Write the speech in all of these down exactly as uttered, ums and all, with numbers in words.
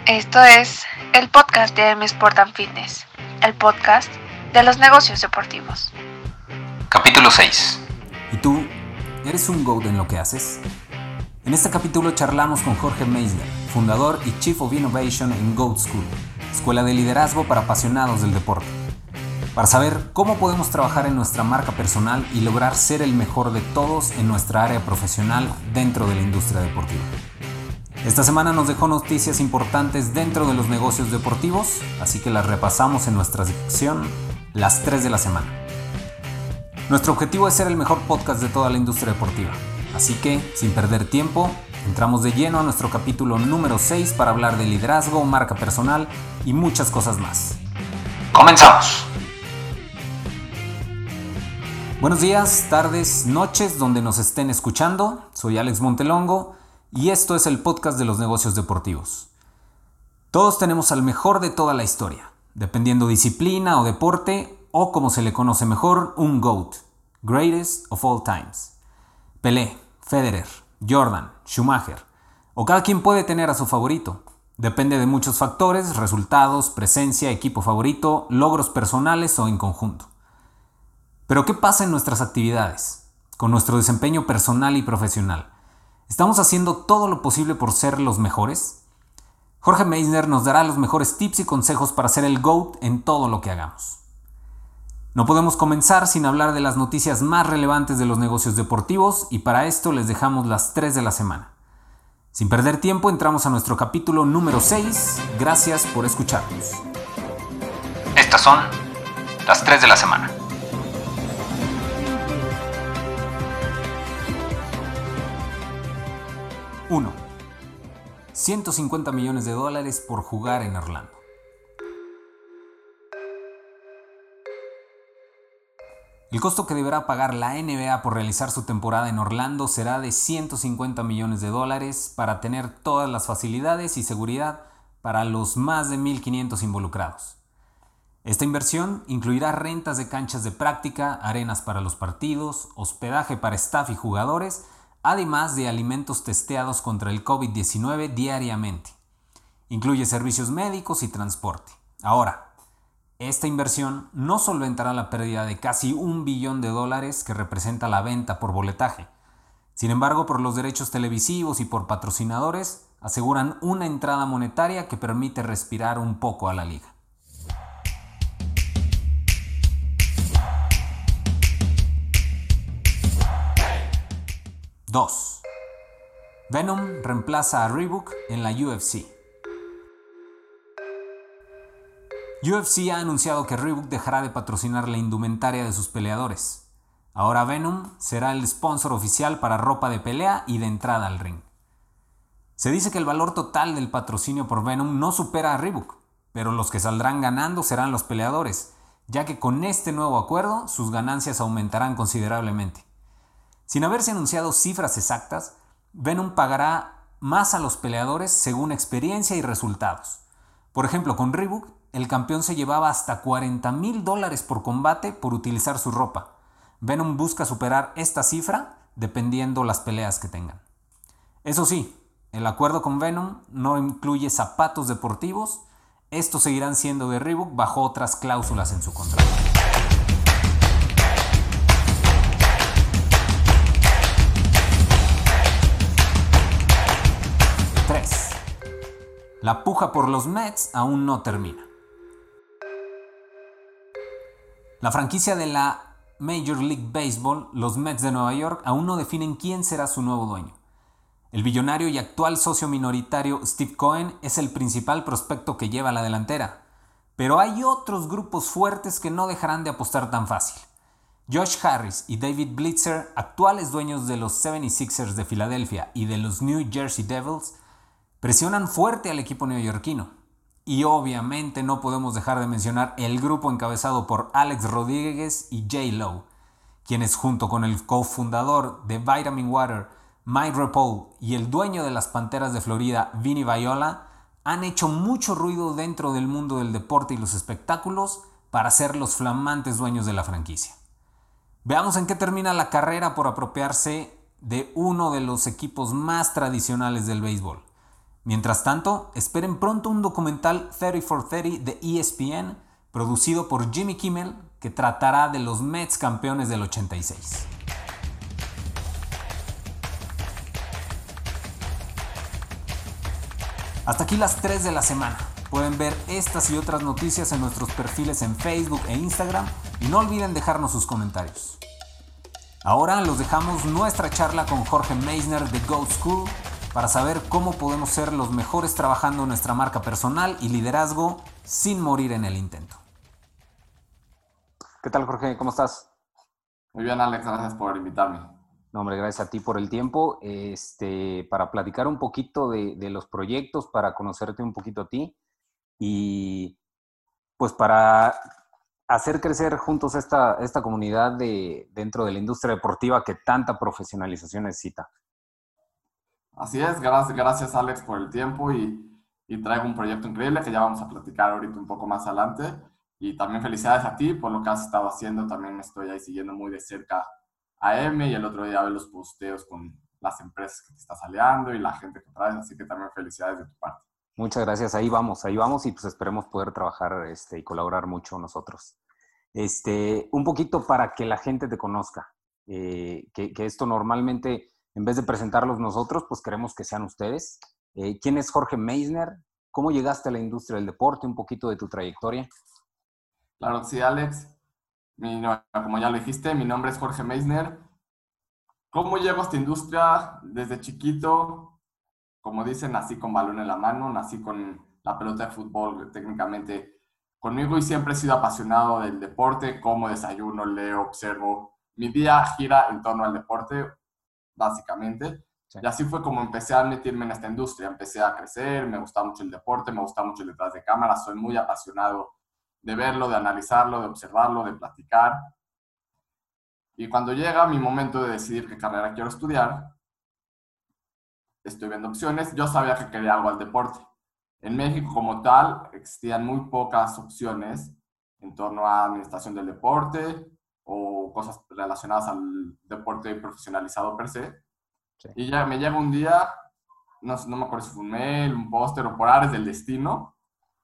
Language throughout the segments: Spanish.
Esto es el podcast de M Sport and Fitness, el podcast de los negocios deportivos. Capítulo seis. ¿Y tú, eres un GOAT en lo que haces? En este capítulo charlamos con Jorge Meisner, fundador y Chief of Innovation en GOAT School, escuela de liderazgo para apasionados del deporte, para saber cómo podemos trabajar en nuestra marca personal y lograr ser el mejor de todos en nuestra área profesional dentro de la industria deportiva. Esta semana nos dejó noticias importantes dentro de los negocios deportivos, así que las repasamos en nuestra sección Las tres de la semana. Nuestro objetivo es ser el mejor podcast de toda la industria deportiva, así que, sin perder tiempo, entramos de lleno a nuestro capítulo número seis para hablar de liderazgo, marca personal y muchas cosas más. ¡Comenzamos! Buenos días, tardes, noches, donde nos estén escuchando. Soy Alex Montelongo y esto es el podcast de los negocios deportivos. Todos tenemos al mejor de toda la historia, dependiendo disciplina o deporte, o como se le conoce mejor, un GOAT, Greatest of All Times. Pelé, Federer, Jordan, Schumacher, o cada quien puede tener a su favorito. Depende de muchos factores, resultados, presencia, equipo favorito, logros personales o en conjunto. Pero ¿qué pasa en nuestras actividades? Con nuestro desempeño personal y profesional. ¿Estamos haciendo todo lo posible por ser los mejores? Jorge Meisner nos dará los mejores tips y consejos para ser el GOAT en todo lo que hagamos. No podemos comenzar sin hablar de las noticias más relevantes de los negocios deportivos y para esto les dejamos las tres de la semana. Sin perder tiempo, entramos a nuestro capítulo número seis. Gracias por escucharnos. Estas son las tres de la semana. uno. ciento cincuenta millones de dólares por jugar en Orlando. El costo que deberá pagar la N B A por realizar su temporada en Orlando será de ciento cincuenta millones de dólares para tener todas las facilidades y seguridad para los más de mil quinientos involucrados. Esta inversión incluirá rentas de canchas de práctica, arenas para los partidos, hospedaje para staff y jugadores, además de alimentos testeados contra el covid diecinueve diariamente. Incluye servicios médicos y transporte. Ahora, esta inversión no solventará la pérdida de casi un billón de dólares que representa la venta por boletaje. Sin embargo, por los derechos televisivos y por patrocinadores, aseguran una entrada monetaria que permite respirar un poco a la liga. dos. Venom reemplaza a Reebok en la U F C. U F C ha anunciado que Reebok dejará de patrocinar la indumentaria de sus peleadores. Ahora Venom será el sponsor oficial para ropa de pelea y de entrada al ring. Se dice que el valor total del patrocinio por Venom no supera a Reebok, pero los que saldrán ganando serán los peleadores, ya que con este nuevo acuerdo sus ganancias aumentarán considerablemente. Sin haberse anunciado cifras exactas, Venom pagará más a los peleadores según experiencia y resultados. Por ejemplo, con Reebok, el campeón se llevaba hasta cuarenta mil dólares por combate por utilizar su ropa. Venom busca superar esta cifra dependiendo las peleas que tengan. Eso sí, el acuerdo con Venom no incluye zapatos deportivos. Estos seguirán siendo de Reebok bajo otras cláusulas en su contrato. tres. La puja por los Mets aún no termina. La franquicia de la Major League Baseball, los Mets de Nueva York, aún no definen quién será su nuevo dueño. El billonario y actual socio minoritario Steve Cohen es el principal prospecto que lleva la delantera, pero hay otros grupos fuertes que no dejarán de apostar tan fácil. Josh Harris y David Blitzer, actuales dueños de los setenta y seis ers de Filadelfia y de los New Jersey Devils, presionan fuerte al equipo neoyorquino. Y obviamente no podemos dejar de mencionar el grupo encabezado por Alex Rodríguez y J-Lo, quienes junto con el cofundador de Vitamin Water, Mike Repole, y el dueño de las Panteras de Florida, Vinny Viola, han hecho mucho ruido dentro del mundo del deporte y los espectáculos para ser los flamantes dueños de la franquicia. Veamos en qué termina la carrera por apropiarse de uno de los equipos más tradicionales del béisbol. Mientras tanto, esperen pronto un documental treinta por treinta de E S P N, producido por Jimmy Kimmel, que tratará de los Mets campeones del ochenta y seis. Hasta aquí las tres de la semana. Pueden ver estas y otras noticias en nuestros perfiles en Facebook e Instagram y no olviden dejarnos sus comentarios. Ahora los dejamos nuestra charla con Jorge Meissner de Goat School para saber cómo podemos ser los mejores trabajando nuestra marca personal y liderazgo sin morir en el intento. ¿Qué tal, Jorge? ¿Cómo estás? Muy bien, Alex. Gracias por invitarme. No, hombre, gracias a ti por el tiempo. Este, para platicar un poquito de, de los proyectos, para conocerte un poquito a ti y pues para hacer crecer juntos esta, esta comunidad de, dentro de la industria deportiva que tanta profesionalización necesita. Así es, gracias, gracias Alex por el tiempo y, y traigo un proyecto increíble que ya vamos a platicar ahorita un poco más adelante. Y también felicidades a ti por lo que has estado haciendo. También me estoy ahí siguiendo muy de cerca a M y el otro día ver los posteos con las empresas que te estás aliando y la gente que traes. Así que también felicidades de tu parte. Muchas gracias. Ahí vamos, ahí vamos y pues esperemos poder trabajar este, y colaborar mucho nosotros. Este, un poquito para que la gente te conozca. Eh, que, que esto normalmente, en vez de presentarlos nosotros, pues queremos que sean ustedes. Eh, ¿Quién es Jorge Meissner? ¿Cómo llegaste a la industria del deporte? Un poquito de tu trayectoria. Claro que sí, Alex. Mi, como ya lo dijiste, mi nombre es Jorge Meissner. ¿Cómo llego a esta industria? Desde chiquito, como dicen, nací con balón en la mano, nací con la pelota de fútbol técnicamente conmigo y siempre he sido apasionado del deporte, como desayuno, leo, observo. Mi día gira en torno al deporte, básicamente. Sí. Y así fue como empecé a meterme en esta industria. Empecé a crecer, me gusta mucho el deporte, me gusta mucho el detrás de cámara, soy muy apasionado de verlo, de analizarlo, de observarlo, de platicar. Y cuando llega mi momento de decidir qué carrera quiero estudiar, estoy viendo opciones. Yo sabía que quería algo al deporte. En México como tal existían muy pocas opciones en torno a administración del deporte o cosas relacionadas al deporte profesionalizado per se. Sí. Y ya me llega un día, no, no me acuerdo si fue un mail, un póster o por áreas del destino,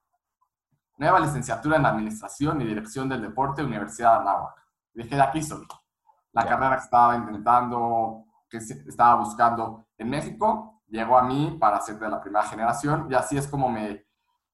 nueva licenciatura en Administración y Dirección del Deporte, Universidad de Anáhuac. Y dije, de aquí soy. La yeah. carrera que estaba intentando, que estaba buscando en México, llegó a mí para ser de la primera generación y así es como me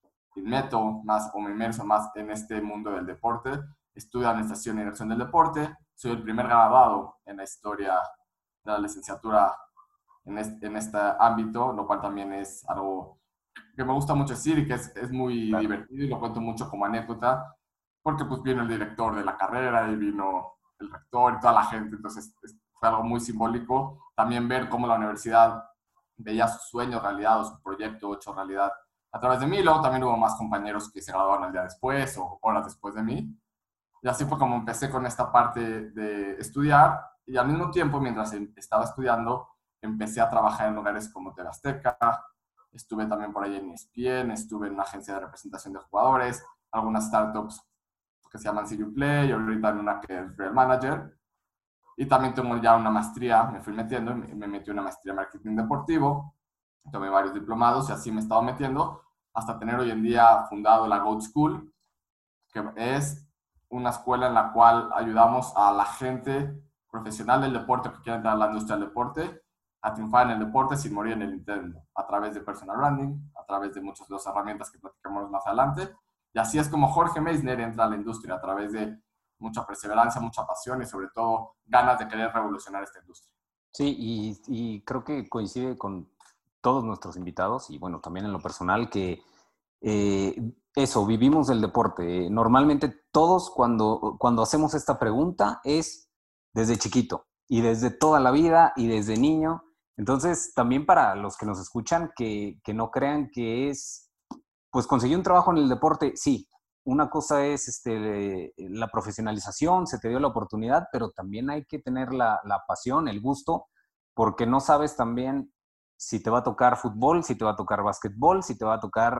meto más o me inmerso más en este mundo del deporte. Estudio Administración y Dirección del Deporte. Soy el primer graduado en la historia de la licenciatura en este, en este ámbito, lo cual también es algo que me gusta mucho decir y que es, es muy claro. divertido y lo cuento mucho como anécdota, porque pues vino el director de la carrera y vino el rector y toda la gente, entonces fue algo muy simbólico. También ver cómo la universidad veía sus sueños realidad o su proyecto hecho realidad a través de mí. Luego también hubo más compañeros que se graduaron el día después o horas después de mí. Y así fue como empecé con esta parte de estudiar y al mismo tiempo, mientras estaba estudiando, empecé a trabajar en lugares como T V Azteca. Estuve también por ahí en E S P N, estuve en una agencia de representación de jugadores, algunas startups que se llaman C U Play, y ahorita en una que es Real Manager. Y también tengo ya una maestría, me fui metiendo, me metí una maestría en marketing deportivo, tomé varios diplomados y así me he estado metiendo hasta tener hoy en día fundado la Goat School, que es una escuela en la cual ayudamos a la gente profesional del deporte que quiere entrar a la industria del deporte a triunfar en el deporte sin morir en el intento, a través de personal branding, a través de muchas de las herramientas que platicamos más adelante. Y así es como Jorge Meissner entra a la industria, a través de mucha perseverancia, mucha pasión y sobre todo ganas de querer revolucionar esta industria. Sí, y, y creo que coincide con todos nuestros invitados y bueno, también en lo personal que eh, eso, vivimos el deporte. Normalmente todos cuando, cuando hacemos esta pregunta es desde chiquito y desde toda la vida y desde niño. Entonces, también para los que nos escuchan, que, que no crean que es, pues conseguir un trabajo en el deporte, sí. Una cosa es este, la profesionalización, se te dio la oportunidad, pero también hay que tener la, la pasión, el gusto, porque no sabes también si te va a tocar fútbol, si te va a tocar básquetbol, si te va a tocar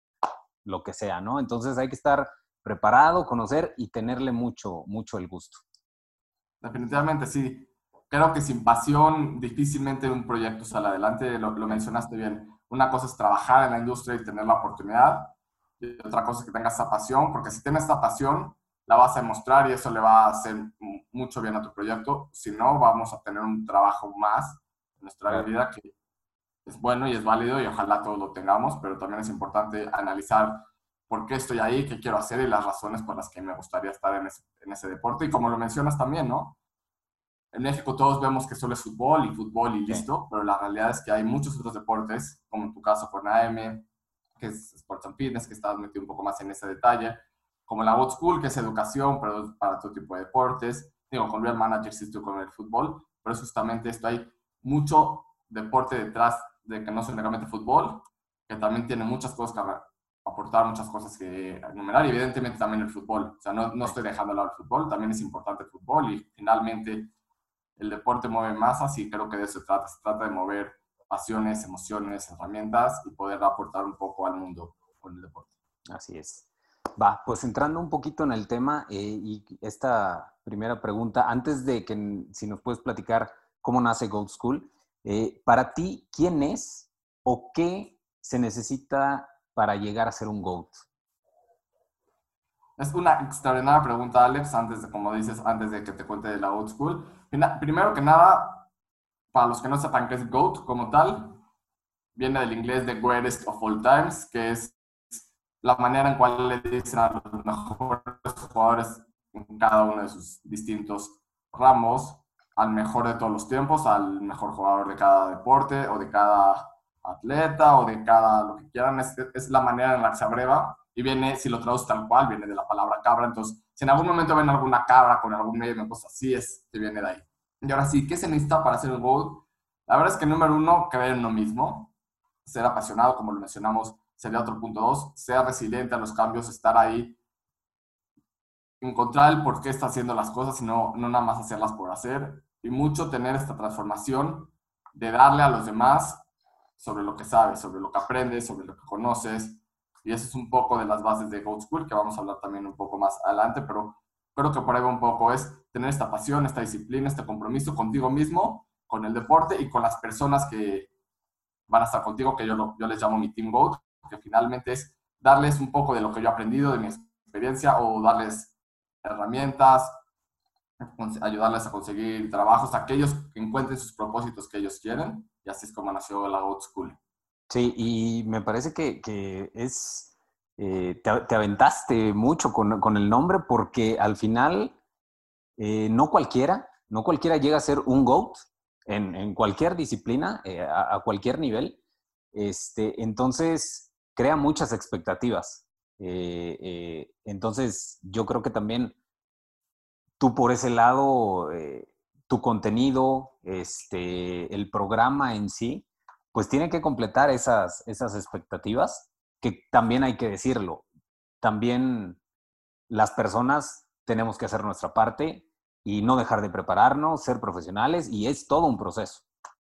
lo que sea, ¿no? Entonces hay que estar preparado, conocer y tenerle mucho, mucho el gusto. Definitivamente sí. creo que sin pasión difícilmente un proyecto sale adelante, lo, lo mencionaste bien. Una cosa es trabajar en la industria y tener la oportunidad, y otra cosa es que tengas esa pasión, porque si tienes esta pasión, la vas a demostrar y eso le va a hacer mucho bien a tu proyecto. Si no, vamos a tener un trabajo más en nuestra Claro. vida que es bueno y es válido y ojalá todos lo tengamos, pero también es importante analizar por qué estoy ahí, qué quiero hacer y las razones por las que me gustaría estar en ese, en ese deporte. Y como lo mencionas también, ¿no? En México todos vemos que solo es fútbol y fútbol y listo, sí. Pero la realidad es que hay muchos otros deportes, como en tu caso con A M, que es Sports and Fitness, que estás metido un poco más en ese detalle, como la Old School, que es educación, pero para todo tipo de deportes. Digo, con Real Manager sí estoy con el fútbol, pero es justamente esto, hay mucho deporte detrás de que no es únicamente fútbol, que también tiene muchas cosas que aportar, muchas cosas que enumerar, y evidentemente también el fútbol. O sea, no, no estoy dejando de lado el fútbol, también es importante el fútbol, y finalmente el deporte mueve masas y creo que de eso se trata. Se trata de mover pasiones, emociones, herramientas y poder aportar un poco al mundo con el deporte. Así es. Va, pues entrando un poquito en el tema eh, y esta primera pregunta, antes de que si nos puedes platicar cómo nace Goat School, eh, para ti, ¿quién es o qué se necesita para llegar a ser un GOAT? Es una extraordinaria pregunta, Alex, antes de, como dices, antes de que te cuente de la Goat School. Primero que nada, para los que no sepan qué es GOAT como tal, viene del inglés de Greatest of All Times, que es la manera en cual le dicen a los mejores jugadores en cada uno de sus distintos ramos, al mejor de todos los tiempos, al mejor jugador de cada deporte o de cada atleta o de cada lo que quieran. Es, es la manera en la que se abreva y viene, si lo traduces tal cual, viene de la palabra cabra. Entonces, si en algún momento ven alguna cabra con algún medio, pues así es que viene de ahí. Y ahora sí, ¿qué se necesita para ser un GOAT? La verdad es que número uno, creer en uno mismo, ser apasionado, como lo mencionamos, sería otro punto dos, ser resiliente a los cambios, estar ahí, encontrar el por qué está haciendo las cosas y no, no nada más hacerlas por hacer, y mucho tener esta transformación de darle a los demás sobre lo que sabes, sobre lo que aprendes, sobre lo que conoces, y eso es un poco de las bases de Goat School, que vamos a hablar también un poco más adelante, pero creo que por ahí va un poco, es tener esta pasión, esta disciplina, este compromiso contigo mismo, con el deporte y con las personas que van a estar contigo, que yo, lo, yo les llamo mi Team GOAT, que finalmente es darles un poco de lo que yo he aprendido, de mi experiencia, o darles herramientas, ayudarles a conseguir trabajos, aquellos que encuentren sus propósitos que ellos quieren, y así es como nació la Goat School. Sí, y me parece que, que es, eh, te, te aventaste mucho con, con el nombre, porque al final eh, no cualquiera, no cualquiera llega a ser un GOAT en, en cualquier disciplina, eh, a, a cualquier nivel. Este, entonces, crea muchas expectativas. Eh, eh, entonces, yo creo que también tú por ese lado, eh, tu contenido, este, el programa en sí, pues tiene que completar esas, esas expectativas, que también hay que decirlo. También las personas tenemos que hacer nuestra parte y no dejar de prepararnos, ser profesionales, y es todo un proceso.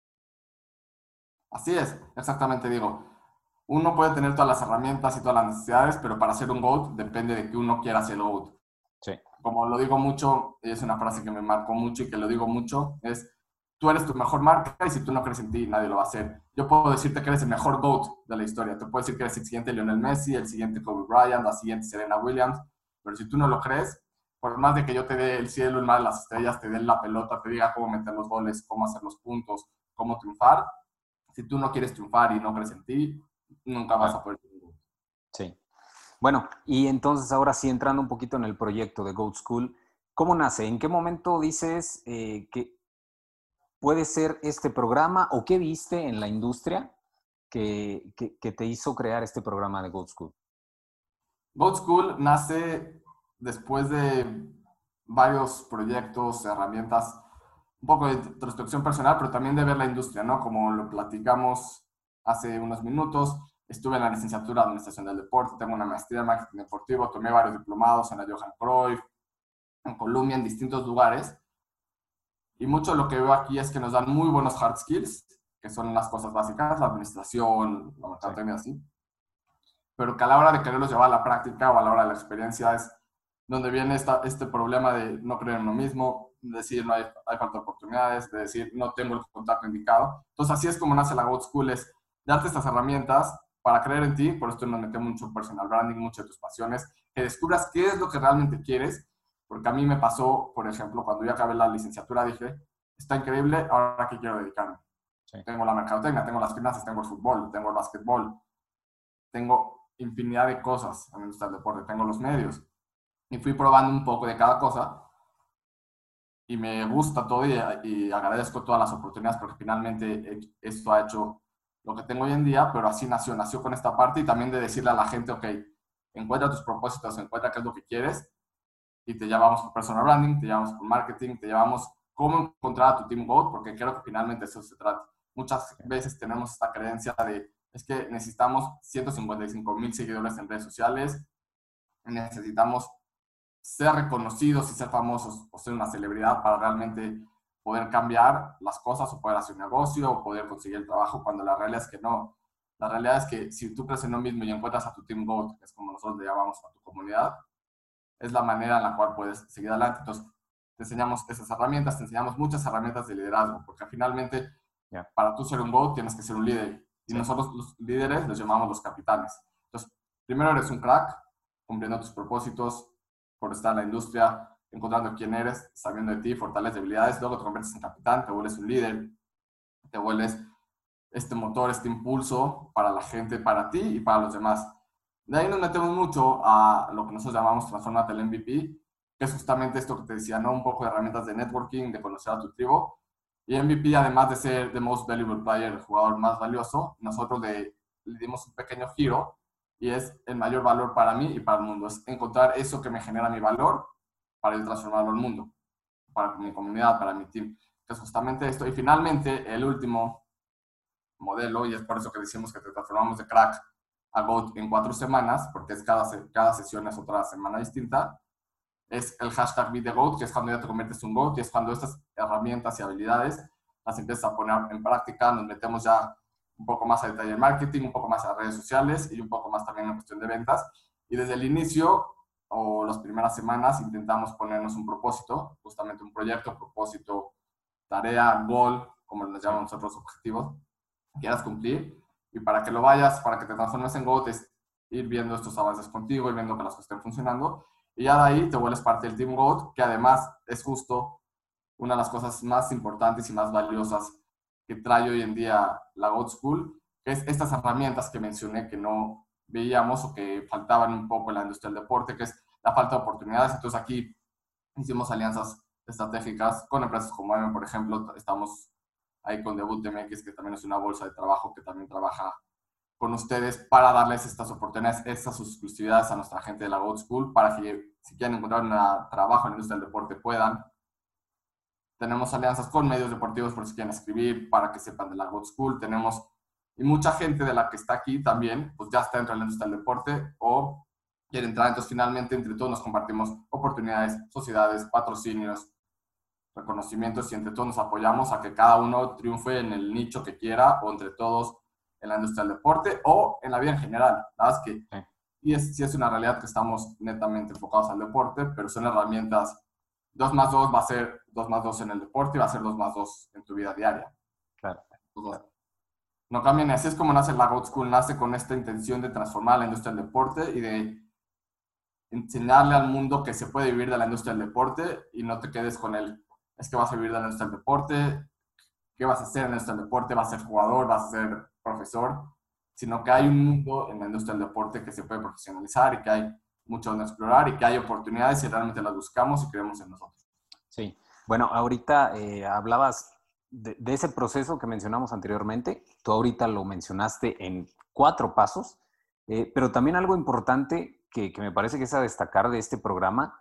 Así es, exactamente, digo. Uno puede tener todas las herramientas y todas las necesidades, pero para ser un GOAT depende de que uno quiera ser GOAT. Sí. Como lo digo mucho, y es una frase que me marcó mucho y que lo digo mucho, es: tú eres tu mejor marca y si tú no crees en ti, nadie lo va a hacer. Yo puedo decirte que eres el mejor GOAT de la historia. Te puedo decir que eres el siguiente Lionel Messi, el siguiente Kobe Bryant, la siguiente Serena Williams, pero si tú no lo crees, por más de que yo te dé el cielo, el mar, las estrellas, te dé la pelota, te diga cómo meter los goles, cómo hacer los puntos, cómo triunfar, si tú no quieres triunfar y no crees en ti, nunca vas a poder triunfar. Sí. Bueno, y entonces ahora sí, entrando un poquito en el proyecto de Goat School, ¿cómo nace? ¿En qué momento dices eh, que puede ser este programa, o qué viste en la industria que, que, que te hizo crear este programa de Goat School? Goat School nace después de varios proyectos, herramientas, un poco de introspección personal, pero también de ver la industria, ¿no? Como lo platicamos hace unos minutos, estuve en la licenciatura de Administración del Deporte, tengo una maestría en Marketing Deportivo, tomé varios diplomados en la Johan Cruyff, en Columbia, en distintos lugares. Y mucho de lo que veo aquí es que nos dan muy buenos hard skills, que son las cosas básicas, la administración, la mercadotecnia, así. Pero que a la hora de quererlos llevar a la práctica o a la hora de la experiencia es donde viene esta, este problema de no creer en uno mismo, de decir no hay, hay falta de oportunidades, de decir no tengo el contacto indicado. Entonces así es como nace la Goat School, es darte estas herramientas para creer en ti. Por esto nos metemos mucho en personal branding, mucho de tus pasiones, que descubras qué es lo que realmente quieres, porque a mí me pasó, por ejemplo, cuando yo acabé la licenciatura, dije, está increíble, ¿ahora qué quiero dedicarme? Sí. Tengo la mercadotecnia, tengo las finanzas, tengo el fútbol, tengo el básquetbol, tengo infinidad de cosas en la industria del deporte, tengo los medios. Y fui probando un poco de cada cosa y me gusta todo y, y agradezco todas las oportunidades porque finalmente esto ha hecho lo que tengo hoy en día, pero así nació, nació con esta parte y también de decirle a la gente, ok, encuentra tus propósitos, encuentra qué es lo que quieres y te llevamos por personal branding, te llevamos por marketing, te llevamos cómo encontrar a tu team GOAT, porque creo que finalmente eso se trata. Muchas veces tenemos esta creencia de, es que necesitamos ciento cincuenta y cinco mil seguidores en redes sociales, necesitamos ser reconocidos y ser famosos o ser una celebridad para realmente poder cambiar las cosas o poder hacer un negocio o poder conseguir el trabajo, cuando la realidad es que no. La realidad es que si tú crees en lo mismo y encuentras a tu team GOAT, que es como nosotros le llamamos a tu comunidad, es la manera en la cual puedes seguir adelante. Entonces, te enseñamos esas herramientas, te enseñamos muchas herramientas de liderazgo, porque finalmente, yeah. para tú ser un GOAT tienes que ser un líder. Y sí. nosotros los líderes les llamamos los capitanes. Entonces, primero eres un crack, cumpliendo tus propósitos, por estar en la industria, encontrando quién eres, sabiendo de ti, fortalezas, debilidades, luego te conviertes en capitán, te vuelves un líder, te vuelves este motor, este impulso para la gente, para ti y para los demás. De ahí nos metemos mucho a lo que nosotros llamamos Transformate el M V P, que es justamente esto que te decía, ¿no? Un poco de herramientas de networking, de conocer a tu tribu. Y M V P, además de ser the most valuable player, el jugador más valioso, nosotros le, le dimos un pequeño giro y es el mayor valor para mí y para el mundo. Es encontrar eso que me genera mi valor para ir transformarlo al mundo, para mi comunidad, para mi team. Que es justamente esto. Y finalmente, el último modelo, y es por eso que decimos que te transformamos de crack a GOAT en cuatro semanas, porque es cada, cada sesión es otra semana distinta, es el hashtag Be the GOAT, que es cuando ya te conviertes en un GOAT, y es cuando estas herramientas y habilidades las empiezas a poner en práctica. Nos metemos ya un poco más a detalle en marketing, un poco más a redes sociales y un poco más también en cuestión de ventas. Y desde el inicio o las primeras semanas intentamos ponernos un propósito, justamente un proyecto, propósito, tarea, goal, como les llamamos nosotros, objetivos, que quieras cumplir. Y para que lo vayas, para que te transformes en GOAT, es ir viendo estos avances contigo y viendo que las cosas estén funcionando. Y ya de ahí te vuelves parte del Team GOAT, que además es justo una de las cosas más importantes y más valiosas que trae hoy en día la GOAT School, que es estas herramientas que mencioné que no veíamos o que faltaban un poco en la industria del deporte, que es la falta de oportunidades. Entonces aquí hicimos alianzas estratégicas con empresas como M, por ejemplo. Estamos ahí con Debut M X, que también es una bolsa de trabajo que también trabaja con ustedes para darles estas oportunidades, estas exclusividades a nuestra gente de la GOAT School, para que si quieren encontrar un trabajo en la industria del deporte puedan. Tenemos alianzas con medios deportivos por si quieren escribir, para que sepan de la GOAT School. Tenemos, y mucha gente de la que está aquí también, pues ya está dentro de la industria del deporte o quiere entrar. Entonces, finalmente, entre todos nos compartimos oportunidades, sociedades, patrocinios, reconocimientos, y entre todos nos apoyamos a que cada uno triunfe en el nicho que quiera, o entre todos en la industria del deporte o en la vida en general. La verdad es que sí, y es, sí es una realidad que estamos netamente enfocados al deporte, pero son herramientas. dos más dos va a ser dos más dos en el deporte y va a ser dos más dos en tu vida diaria. Claro. Entonces, no cambien. Así es como nace la GOAT School. Nace con esta intención de transformar la industria del deporte y de enseñarle al mundo que se puede vivir de la industria del deporte, y no te quedes con el, es que vas a vivir de la industria del deporte, ¿qué vas a hacer en la industria del deporte? ¿Vas a ser jugador? ¿Vas a ser profesor? Sino que hay un mundo en la industria del deporte que se puede profesionalizar y que hay mucho donde explorar y que hay oportunidades y realmente las buscamos y creemos en nosotros. Sí. Bueno, ahorita eh, hablabas de, de ese proceso que mencionamos anteriormente. Tú ahorita lo mencionaste en cuatro pasos, eh, pero también algo importante que, que me parece que es a destacar de este programa,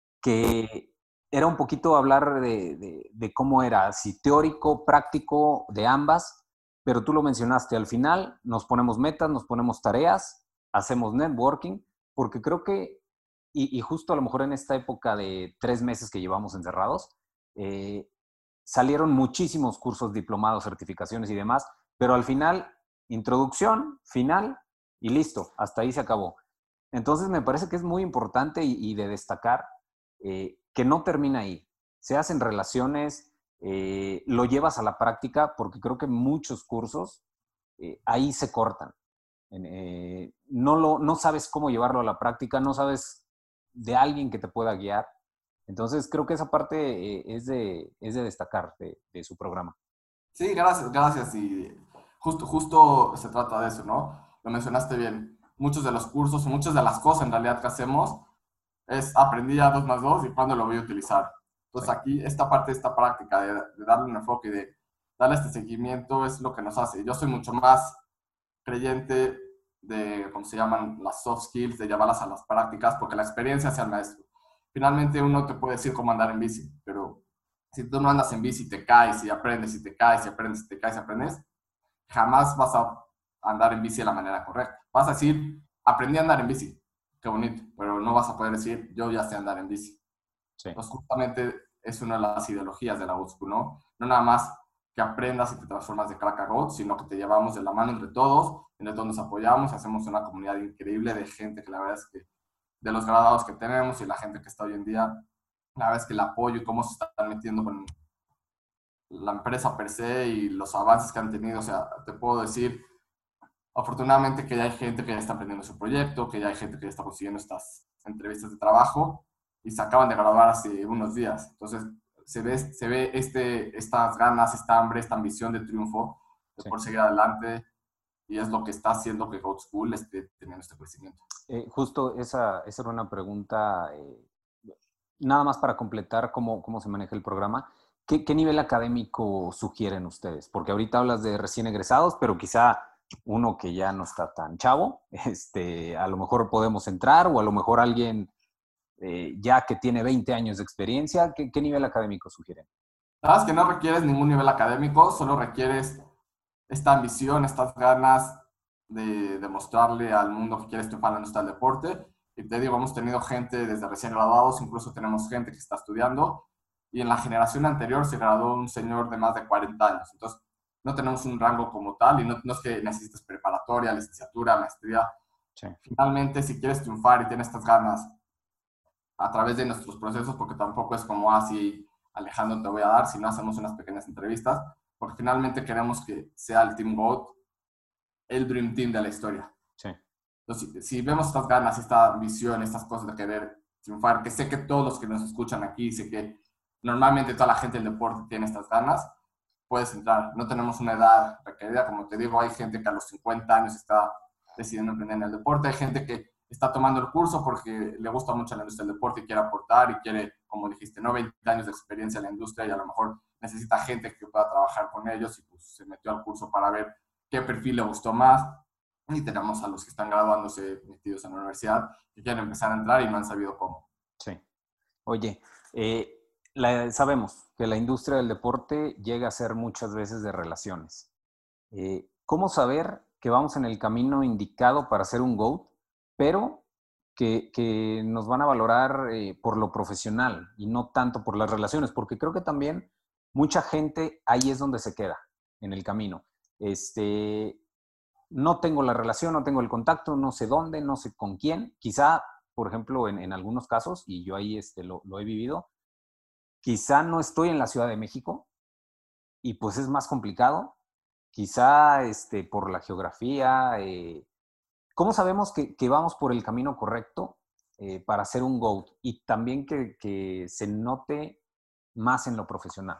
que era un poquito hablar de, de, de cómo era, si teórico, práctico, de ambas, pero tú lo mencionaste, al final nos ponemos metas, nos ponemos tareas, hacemos networking, porque creo que, y, y justo a lo mejor en esta época de tres meses que llevamos encerrados, eh, salieron muchísimos cursos, diplomados, certificaciones y demás, pero al final, introducción, final y listo, hasta ahí se acabó. Entonces me parece que es muy importante y, y de destacar eh, que no termina ahí. se hacen relaciones, eh, lo llevas a la práctica, porque creo que muchos cursos eh, ahí se cortan. Eh, no, lo, no sabes cómo llevarlo a la práctica, no sabes de alguien que te pueda guiar. Entonces, creo que esa parte eh, es, de, es de destacar de, de su programa. Sí, gracias, gracias. Y justo, justo se trata de eso, ¿no? Lo mencionaste bien. Muchos de los cursos, muchas de las cosas en realidad que hacemos es aprendí a dos más dos y cuándo lo voy a utilizar. Entonces Sí. aquí esta parte, esta práctica de, de darle un enfoque y de darle este seguimiento es lo que nos hace. Yo soy mucho más creyente de, ¿cómo se llaman? Las soft skills, de llevarlas a las prácticas, porque la experiencia hace al maestro. Finalmente uno te puede decir cómo andar en bici, pero si tú no andas en bici, te caes y aprendes y te caes y aprendes y te caes y aprendes, jamás vas a andar en bici de la manera correcta. Vas a decir, aprendí a andar en bici, qué bonito, pero no vas a poder decir, yo ya sé andar en bici. Sí. Entonces, justamente es una de las ideologías de la old school, ¿no? No nada más que aprendas y te transformas de crack a god, sino que te llevamos de la mano entre todos, entre todos nos apoyamos, hacemos una comunidad increíble de gente que la verdad es que, de los graduados que tenemos y la gente que está hoy en día, la verdad es que el apoyo y cómo se están metiendo con la empresa per se y los avances que han tenido, o sea, te puedo decir, afortunadamente que ya hay gente que ya está aprendiendo su proyecto, que ya hay gente que ya está consiguiendo estas entrevistas de trabajo y se acaban de graduar hace unos días. Entonces, se ve, se ve este, estas ganas, esta hambre, esta ambición de triunfo, de Sí. poder seguir adelante, y es lo que está haciendo que Goat School esté teniendo este crecimiento. Eh, justo esa, esa era una pregunta, eh, nada más para completar cómo, cómo se maneja el programa. ¿Qué, ¿Qué nivel académico sugieren ustedes? Porque ahorita hablas de recién egresados, pero quizá uno que ya no está tan chavo, este, a lo mejor podemos entrar, o a lo mejor alguien eh, ya que tiene veinte años de experiencia. ¿Qué, ¿Qué nivel académico sugieren? La verdad es que no requieres ningún nivel académico, solo requieres esta ambición, estas ganas de demostrarle al mundo que quieres triunfar en la industria del deporte. Y te digo, hemos tenido gente desde recién graduados, incluso tenemos gente que está estudiando, y en la generación anterior se graduó un señor de más de cuarenta años. Entonces, no tenemos un rango como tal, y no, no es que necesites preparatoria, licenciatura, maestría. Sí. Finalmente, si quieres triunfar y tienes estas ganas a través de nuestros procesos, porque tampoco es como así, Alejandro, te voy a dar, si no hacemos unas pequeñas entrevistas, porque finalmente queremos que sea el Team GOAT el Dream Team de la historia. Sí. Entonces, si, si vemos estas ganas, esta visión, estas cosas de querer triunfar, que sé que todos los que nos escuchan aquí, sé que normalmente toda la gente del deporte tiene estas ganas, puedes entrar. No tenemos una edad requerida, como te digo, hay gente que a los cincuenta años está decidiendo emprender en el deporte, hay gente que está tomando el curso porque le gusta mucho la industria del deporte y quiere aportar y quiere, como dijiste, no veinte años de experiencia en la industria, y a lo mejor necesita gente que pueda trabajar con ellos, y pues se metió al curso para ver qué perfil le gustó más. Y tenemos a los que están graduándose metidos en la universidad que quieren empezar a entrar y no han sabido cómo. Sí. Oye, eh, la, sabemos que la industria del deporte llega a ser muchas veces de relaciones. Eh, ¿Cómo saber que vamos en el camino indicado para ser un GOAT, pero que, que nos van a valorar eh, por lo profesional y no tanto por las relaciones? Porque creo que también mucha gente ahí es donde se queda, en el camino. Este, no tengo la relación, no tengo el contacto, no sé dónde, no sé con quién. Quizá, por ejemplo, en, en algunos casos, y yo ahí este, lo, lo he vivido, quizá no estoy en la Ciudad de México y pues es más complicado. Quizá este, por la geografía. Eh, ¿Cómo sabemos que, que vamos por el camino correcto eh, para ser un GOAT? Y también que, que se note más en lo profesional.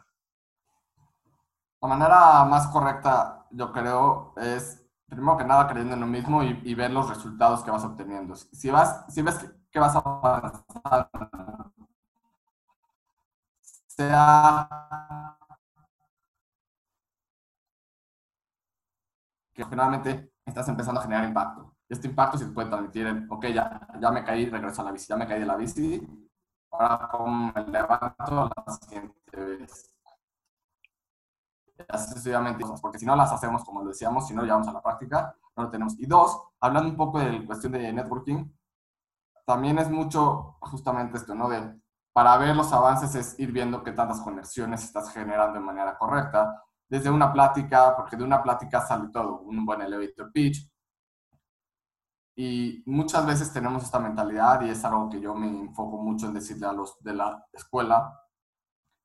La manera más correcta, yo creo, es primero que nada creyendo en lo mismo y, y ver los resultados que vas obteniendo. Si, vas, si ves que, que vas avanzando, sea que finalmente estás empezando a generar impacto. Este impacto se puede transmitir en, ok, ya, ya me caí, regreso a la bici, ya me caí de la bici, ahora cómo me levanto la siguiente vez. Así sucesivamente, porque si no las hacemos como lo decíamos, si no llevamos a la práctica, no lo tenemos. Y dos, hablando un poco de la cuestión de networking, también es mucho justamente esto, ¿no? De, para ver los avances es ir viendo qué tantas conexiones estás generando de manera correcta, desde una plática, porque de una plática sale todo, un buen elevator pitch. Y muchas veces tenemos esta mentalidad, y es algo que yo me enfoco mucho en decirle a los de la escuela,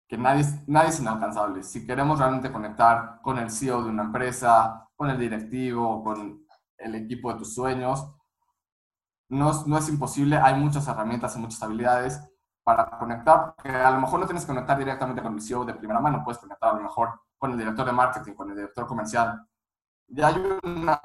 que nadie, es- nadie es inalcanzable. Si queremos realmente conectar con el C E O de una empresa, con el directivo, con el equipo de tus sueños, no, es- no es imposible. Hay muchas herramientas y muchas habilidades para conectar, que a lo mejor no tienes que conectar directamente con el C E O de primera mano, puedes conectar a lo mejor con el director de marketing, con el director comercial. Ya hay una,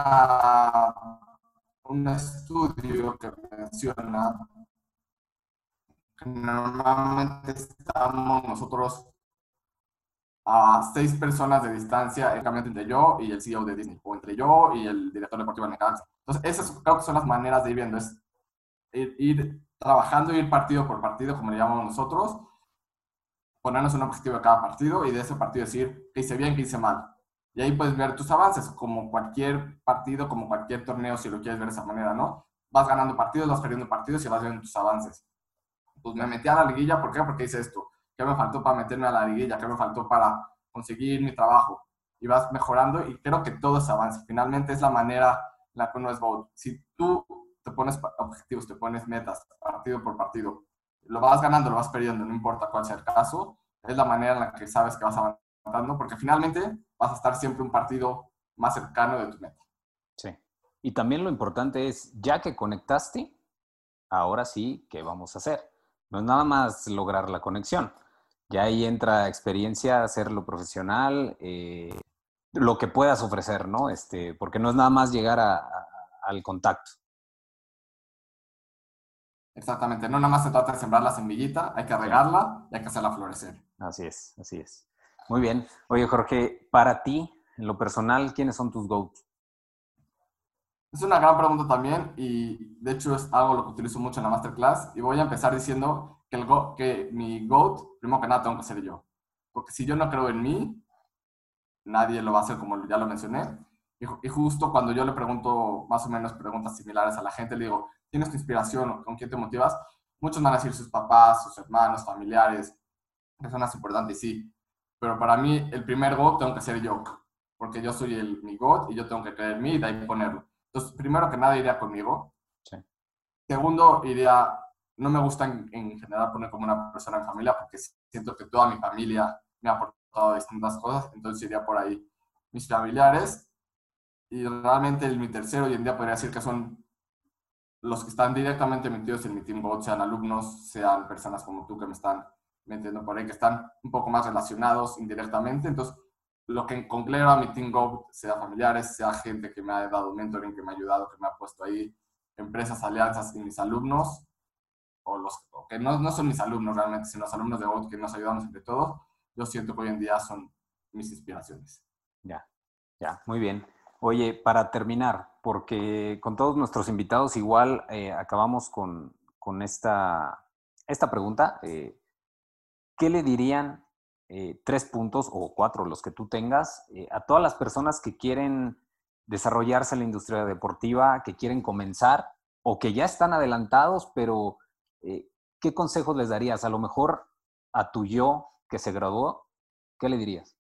un estudio que menciona que normalmente estamos nosotros a seis personas de distancia, únicamente entre yo y el C E O de Disney, o entre yo y el director deportivo de Necaxa. Entonces, esas creo que son las maneras de ir viendo, es ir, ir trabajando, ir partido por partido, como le llamamos nosotros, ponernos un objetivo de cada partido y de ese partido decir qué hice bien, qué hice mal. Y ahí puedes ver tus avances, como cualquier partido, como cualquier torneo, si lo quieres ver de esa manera, ¿no? Vas ganando partidos, vas perdiendo partidos y vas viendo tus avances. Pues me metí a la liguilla, ¿por qué? Porque hice esto. ¿Qué me faltó para meterme a la liguilla? ¿Qué me faltó para conseguir mi trabajo? Y vas mejorando y creo que todo es avance. Finalmente es la manera en la que uno es GOAT. Si tú te pones objetivos, te pones metas, partido por partido, lo vas ganando, lo vas perdiendo, no importa cuál sea el caso, es la manera en la que sabes que vas avanzando, porque finalmente vas a estar siempre un partido más cercano de tu meta. Sí. Y también lo importante es, ya que conectaste, ahora sí, ¿qué vamos a hacer? No es nada más lograr la conexión. Ya ahí entra experiencia, hacerlo profesional, eh, lo que puedas ofrecer, ¿no? Este, porque no es nada más llegar a, a, al contacto. Exactamente, no nada más se trata de sembrar la semillita, hay que Sí. regarla y hay que hacerla florecer. Así es, así es. Muy bien. Oye, Jorge, para ti, en lo personal, ¿quiénes son tus GOATs? Es una gran pregunta también y de hecho es algo lo que utilizo mucho en la masterclass y voy a empezar diciendo que, el go, que mi GOAT, primero que nada, tengo que ser yo. Porque si yo no creo en mí, nadie lo va a hacer como ya lo mencioné. Y, y justo cuando yo le pregunto más o menos preguntas similares a la gente, le digo, ¿tienes tu inspiración o con quién te motivas? Muchos van a decir sus papás, sus hermanos, familiares, personas importantes, sí. Pero para mí el primer GOAT tengo que ser yo, porque yo soy el, mi GOAT y yo tengo que creer en mí y de ahí ponerlo. Entonces, primero que nada iría conmigo. Sí. Segundo, iría, no me gusta en, en general poner como una persona en familia porque siento que toda mi familia me ha aportado distintas cosas, entonces iría por ahí mis familiares. Y realmente el, mi tercero hoy en día podría decir que son los que están directamente metidos en mi Team GOAT, sean alumnos, sean personas como tú que me están metiendo por ahí, que están un poco más relacionados indirectamente. Entonces, lo que conglero a mi Team GOAT, sea familiares, sea gente que me ha dado mentoring, que me ha ayudado, que me ha puesto ahí, empresas, alianzas y mis alumnos, o los o que no, no son mis alumnos realmente, sino los alumnos de GOAT que nos ayudamos entre todos, yo siento que hoy en día son mis inspiraciones. Ya, ya, muy bien. Oye, para terminar, porque con todos nuestros invitados igual eh, acabamos con, con esta, esta pregunta. Eh, ¿qué le dirían eh, tres puntos o cuatro, los que tú tengas, eh, a todas las personas que quieren desarrollarse en la industria deportiva, que quieren comenzar o que ya están adelantados, pero eh, ¿qué consejos les darías? A lo mejor a tu yo que se graduó, ¿qué le dirías?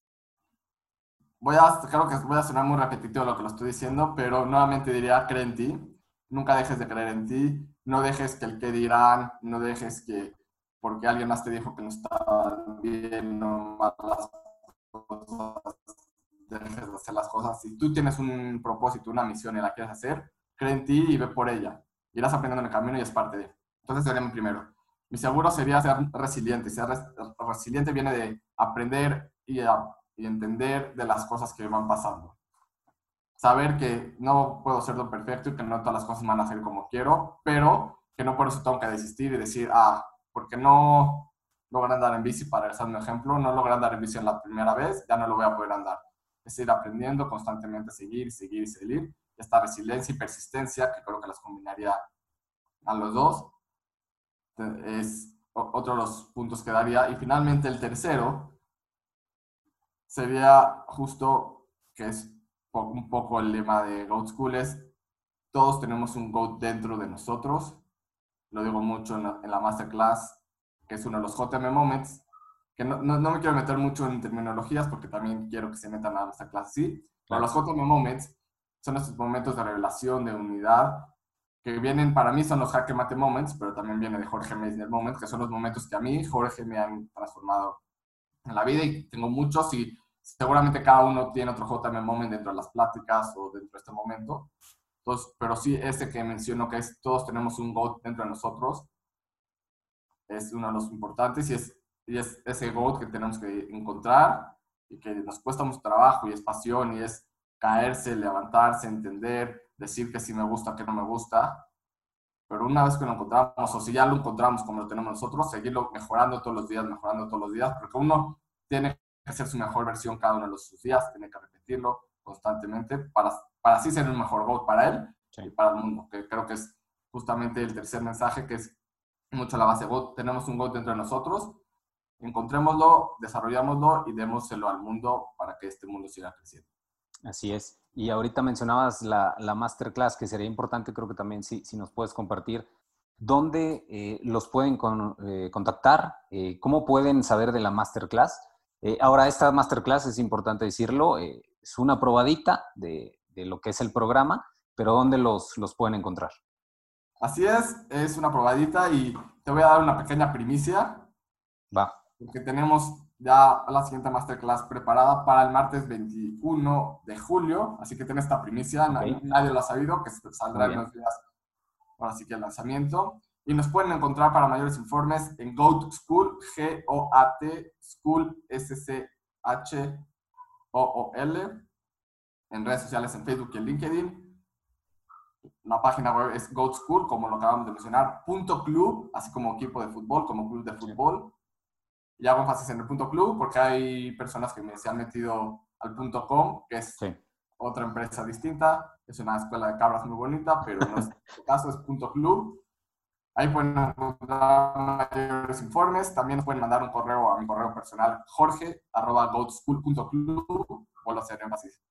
Voy a, creo que voy a sonar muy repetitivo lo que lo estoy diciendo, pero nuevamente diría, cree en ti. Nunca dejes de creer en ti. No dejes que el que dirán, no dejes que porque alguien más te dijo que no estaba bien o mal las cosas, dejes de hacer las cosas. Si tú tienes un propósito, una misión y la quieres hacer, cree en ti y ve por ella. Irás aprendiendo en el camino y es parte de. Entonces sería mi primero. Mi seguro sería ser resiliente. Ser res resiliente viene de aprender y a y entender de las cosas que van pasando. Saber que no puedo ser lo perfecto y que no todas las cosas van a ser como quiero, pero que no por eso tengo que desistir y decir, ah, porque no logré andar en bici, para usar un ejemplo, no logré andar en bici en la primera vez, ya no lo voy a poder andar. Es ir aprendiendo constantemente, seguir, seguir, seguir. Esta resiliencia y persistencia, que creo que las combinaría a los dos, es otro de los puntos que daría. Y finalmente el tercero, sería justo, que es un poco el lema de GOAT School, es todos tenemos un GOAT dentro de nosotros. Lo digo mucho en la, en la masterclass, que es uno de los J M Moments, que no, no, no me quiero meter mucho en terminologías porque también quiero que se metan a la masterclass, sí. Pero Claro. los J M Moments son estos momentos de revelación, de unidad, que vienen, para mí son los Jaque Mate Moments, pero también viene de Jorge Meissner Moments, que son los momentos que a mí, Jorge, me han transformado en la vida y tengo muchos y seguramente cada uno tiene otro J M Moment dentro de las pláticas o dentro de este momento. Entonces, pero sí, ese que menciono, que es todos tenemos un GOAT dentro de nosotros, es uno de los importantes y es, y es ese GOAT que tenemos que encontrar y que nos cuesta mucho trabajo y es pasión y es caerse, levantarse, entender, decir que sí me gusta, que no me gusta. Pero una vez que lo encontramos, o si ya lo encontramos como lo tenemos nosotros, seguirlo mejorando todos los días, mejorando todos los días, porque uno tiene que ser su mejor versión cada uno de los sus días, tiene que repetirlo constantemente para, para así ser un mejor GOAT para él sí. y para el mundo, que creo que es justamente el tercer mensaje, que es mucho la base GOAT. Tenemos un GOAT dentro de nosotros, encontrémoslo, desarrollámoslo y démoselo al mundo para que este mundo siga creciendo. Así es. Y ahorita mencionabas la, la masterclass, que sería importante, creo que también si, si nos puedes compartir, ¿dónde eh, los pueden con, eh, contactar? Eh, ¿Cómo pueden saber de la masterclass? Eh, ahora, esta masterclass, es importante decirlo, eh, es una probadita de, de lo que es el programa, pero ¿dónde los, los pueden encontrar? Así es, es una probadita y te voy a dar una pequeña primicia. Va. Porque tenemos ya la siguiente masterclass preparada para el martes veintiuno de julio, así que tenés esta primicia, okay. Nadie lo ha sabido, que saldrá en unos días, ahora sí que el lanzamiento. Y nos pueden encontrar para mayores informes en GOAT School, G O A T, School, S C H O O L, en redes sociales en Facebook y en LinkedIn. La página web es GOAT School, como lo acabamos de mencionar, punto club, así como equipo de fútbol, como club de fútbol. Y hago énfasis en el punto club porque hay personas que me se han metido al punto com, que es sí. otra empresa distinta. Es una escuela de cabras muy bonita, pero no es el caso, es punto club. Ahí pueden encontrar mayores informes. También nos pueden mandar un correo a mi correo personal, jorge arroba goatschool punto club. Vuelvo a hacer énfasis.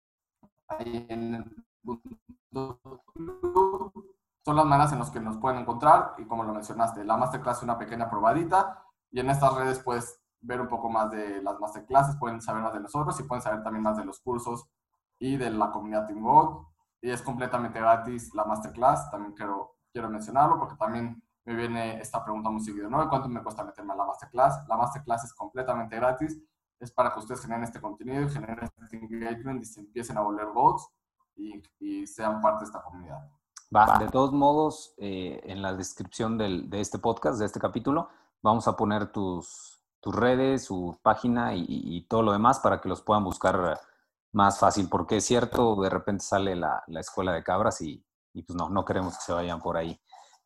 Ahí en el punto club. Son las maneras en las que nos pueden encontrar. Y como lo mencionaste, la masterclass es una pequeña probadita. Y en estas redes puedes ver un poco más de las masterclasses, pueden saber más de nosotros y pueden saber también más de los cursos y de la comunidad Team GOAT. Y es completamente gratis la masterclass, también quiero, quiero mencionarlo porque también me viene esta pregunta muy seguido, ¿no? ¿Cuánto me cuesta meterme a la masterclass? La masterclass es completamente gratis, es para que ustedes generen este contenido y generen este engagement y se empiecen a volver GOATs y, y sean parte de esta comunidad. Va, de todos modos, eh, en la descripción del, de este podcast, de este capítulo, vamos a poner tus, tus redes, su página y, y todo lo demás para que los puedan buscar más fácil. Porque es cierto, de repente sale la, la escuela de cabras y, y pues no, no queremos que se vayan por ahí.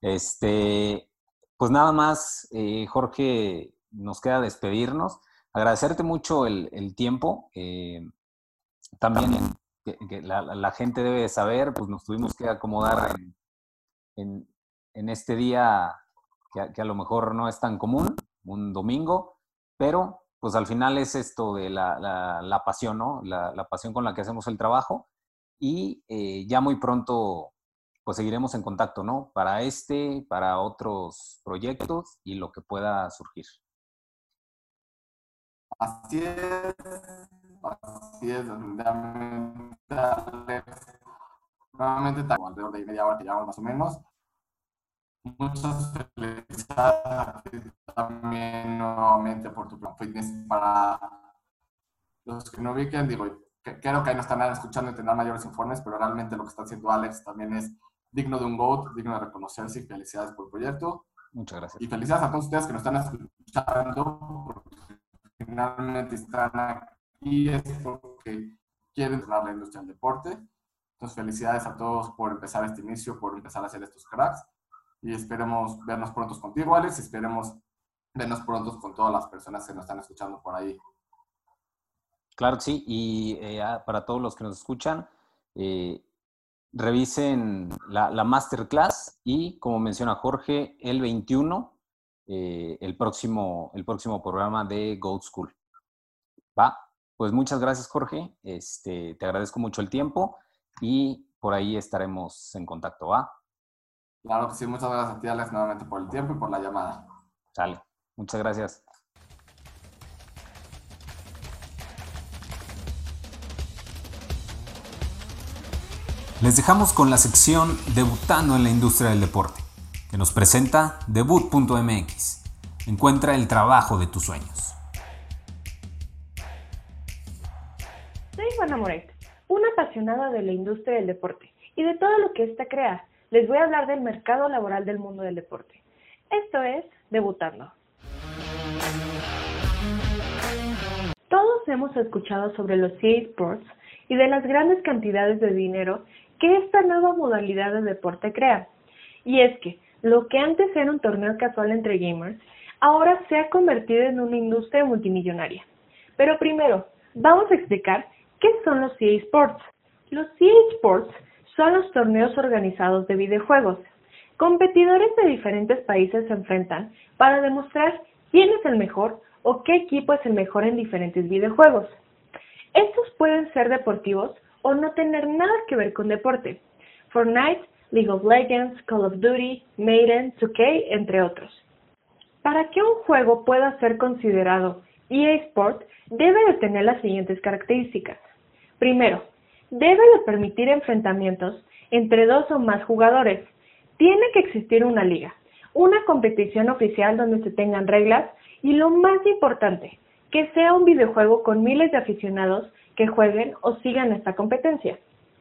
Este, pues nada más, eh, Jorge, nos queda despedirnos. Agradecerte mucho el, el tiempo. Eh, también que, que la, la gente debe saber, pues nos tuvimos que acomodar en, en, en este día que a, que a lo mejor no es tan común, un domingo, pero pues al final es esto de la, la, la pasión, ¿no? La, la pasión con la que hacemos el trabajo y eh, ya muy pronto pues seguiremos en contacto, ¿no? Para este, para otros proyectos y lo que pueda surgir. Así es, así es, nuevamente, nuevamente alrededor de media hora que llevamos más o menos. Muchas felicidades también nuevamente por tu plan fitness. Para los que no ubiquen, digo, que, creo que ahí no están nada escuchando y tendrán mayores informes, pero realmente lo que está haciendo Alex también es digno de un GOAT, digno de reconocerse y felicidades por el proyecto. Muchas gracias. Y felicidades a todos ustedes que nos están escuchando, porque finalmente están aquí es porque quieren entrenar la industria del deporte. Entonces, felicidades a todos por empezar este inicio, por empezar a hacer estos cracks. Y esperemos vernos pronto contigo, Alex. Esperemos vernos pronto con todas las personas que nos están escuchando por ahí. Claro que sí. Y eh, para todos los que nos escuchan, eh, revisen la, la masterclass y, como menciona Jorge, el veintiuno, eh, el, próximo, el próximo programa de GOAT School. Va, pues muchas gracias, Jorge. Este, te agradezco mucho el tiempo y por ahí estaremos en contacto, ¿va? Claro que sí, muchas gracias a ti, Alex, nuevamente por el tiempo y por la llamada. Sale, muchas gracias. Les dejamos con la sección Debutando en la industria del deporte, que nos presenta debut punto m x. Encuentra el trabajo de tus sueños. Moret, una apasionada de la industria del deporte y de todo lo que ésta crea. Les voy a hablar del mercado laboral del mundo del deporte. Esto es Debutando. Todos hemos escuchado sobre los E A Sports y de las grandes cantidades de dinero que esta nueva modalidad de deporte crea. Y es que lo que antes era un torneo casual entre gamers, ahora se ha convertido en una industria multimillonaria. Pero primero, vamos a explicar qué son los E A Sports. Los E A Sports son los torneos organizados de videojuegos. Competidores de diferentes países se enfrentan para demostrar quién es el mejor o qué equipo es el mejor en diferentes videojuegos. Estos pueden ser deportivos o no tener nada que ver con deporte. Fortnite, League of Legends, Call of Duty, Madden, two K, entre otros. Para que un juego pueda ser considerado E A Sport, debe de tener las siguientes características. Primero, debe de permitir enfrentamientos entre dos o más jugadores. Tiene que existir una liga, una competición oficial donde se tengan reglas y lo más importante, que sea un videojuego con miles de aficionados que jueguen o sigan esta competencia.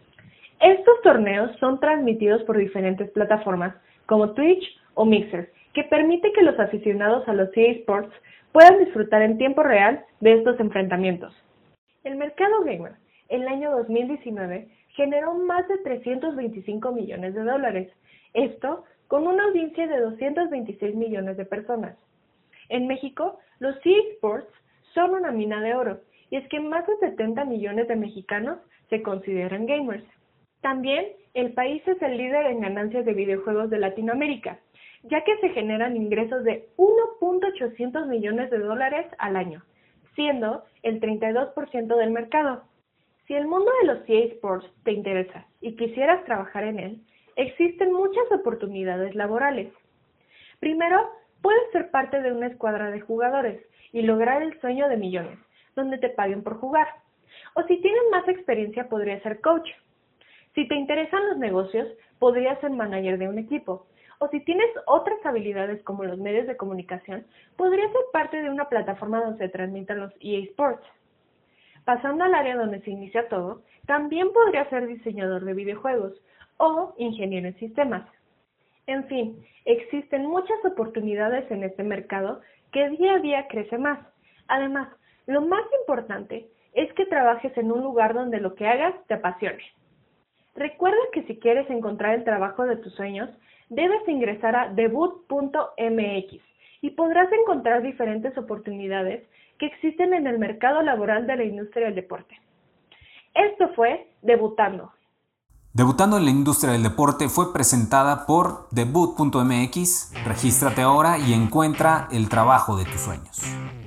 Estos torneos son transmitidos por diferentes plataformas como Twitch o Mixer, que permite que los aficionados a los E A Sports puedan disfrutar en tiempo real de estos enfrentamientos. El mercado gamer, en el año dos mil diecinueve, generó más de trescientos veinticinco millones de dólares, esto con una audiencia de doscientos veintiséis millones de personas. En México, los E A Sports son una mina de oro, y es que más de setenta millones de mexicanos se consideran gamers. También, el país es el líder en ganancias de videojuegos de Latinoamérica, ya que se generan ingresos de uno punto ochocientos millones de dólares al año, siendo el treinta y dos por ciento del mercado. Si el mundo de los E A Sports te interesa y quisieras trabajar en él, existen muchas oportunidades laborales. Primero, puedes ser parte de una escuadra de jugadores y lograr el sueño de millones, donde te paguen por jugar. O si tienes más experiencia, podrías ser coach. Si te interesan los negocios, podrías ser manager de un equipo. O si tienes otras habilidades como los medios de comunicación, podrías ser parte de una plataforma donde se transmitan los E A Sports. Pasando al área donde se inicia todo, también podrías ser diseñador de videojuegos o ingeniero en sistemas. En fin, existen muchas oportunidades en este mercado que día a día crece más. Además, lo más importante es que trabajes en un lugar donde lo que hagas te apasione. Recuerda que si quieres encontrar el trabajo de tus sueños, debes ingresar a debut punto m x y podrás encontrar diferentes oportunidades que existen en el mercado laboral de la industria del deporte. Esto fue Debutando. Debutando en la industria del deporte fue presentada por debut punto m x. Regístrate ahora y encuentra el trabajo de tus sueños.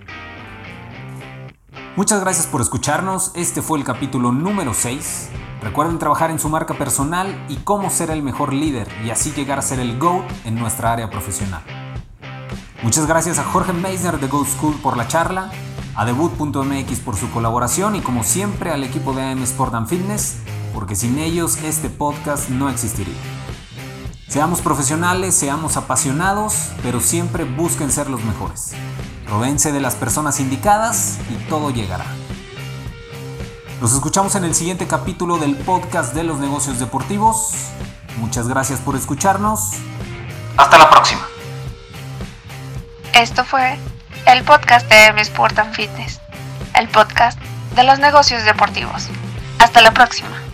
Muchas gracias por escucharnos. Este fue el capítulo número seis. Recuerden trabajar en su marca personal y cómo ser el mejor líder y así llegar a ser el GOAT en nuestra área profesional. Muchas gracias a Jorge Meisner de Go School por la charla, a debut punto m x por su colaboración y como siempre al equipo de A M Sport and Fitness, porque sin ellos este podcast no existiría. Seamos profesionales, seamos apasionados, pero siempre busquen ser los mejores. Rodéense de las personas indicadas y todo llegará. Nos escuchamos en el siguiente capítulo del podcast de los negocios deportivos. Muchas gracias por escucharnos. Hasta la próxima. Esto fue el podcast de A M Sport and Fitness, el podcast de los negocios deportivos. Hasta la próxima.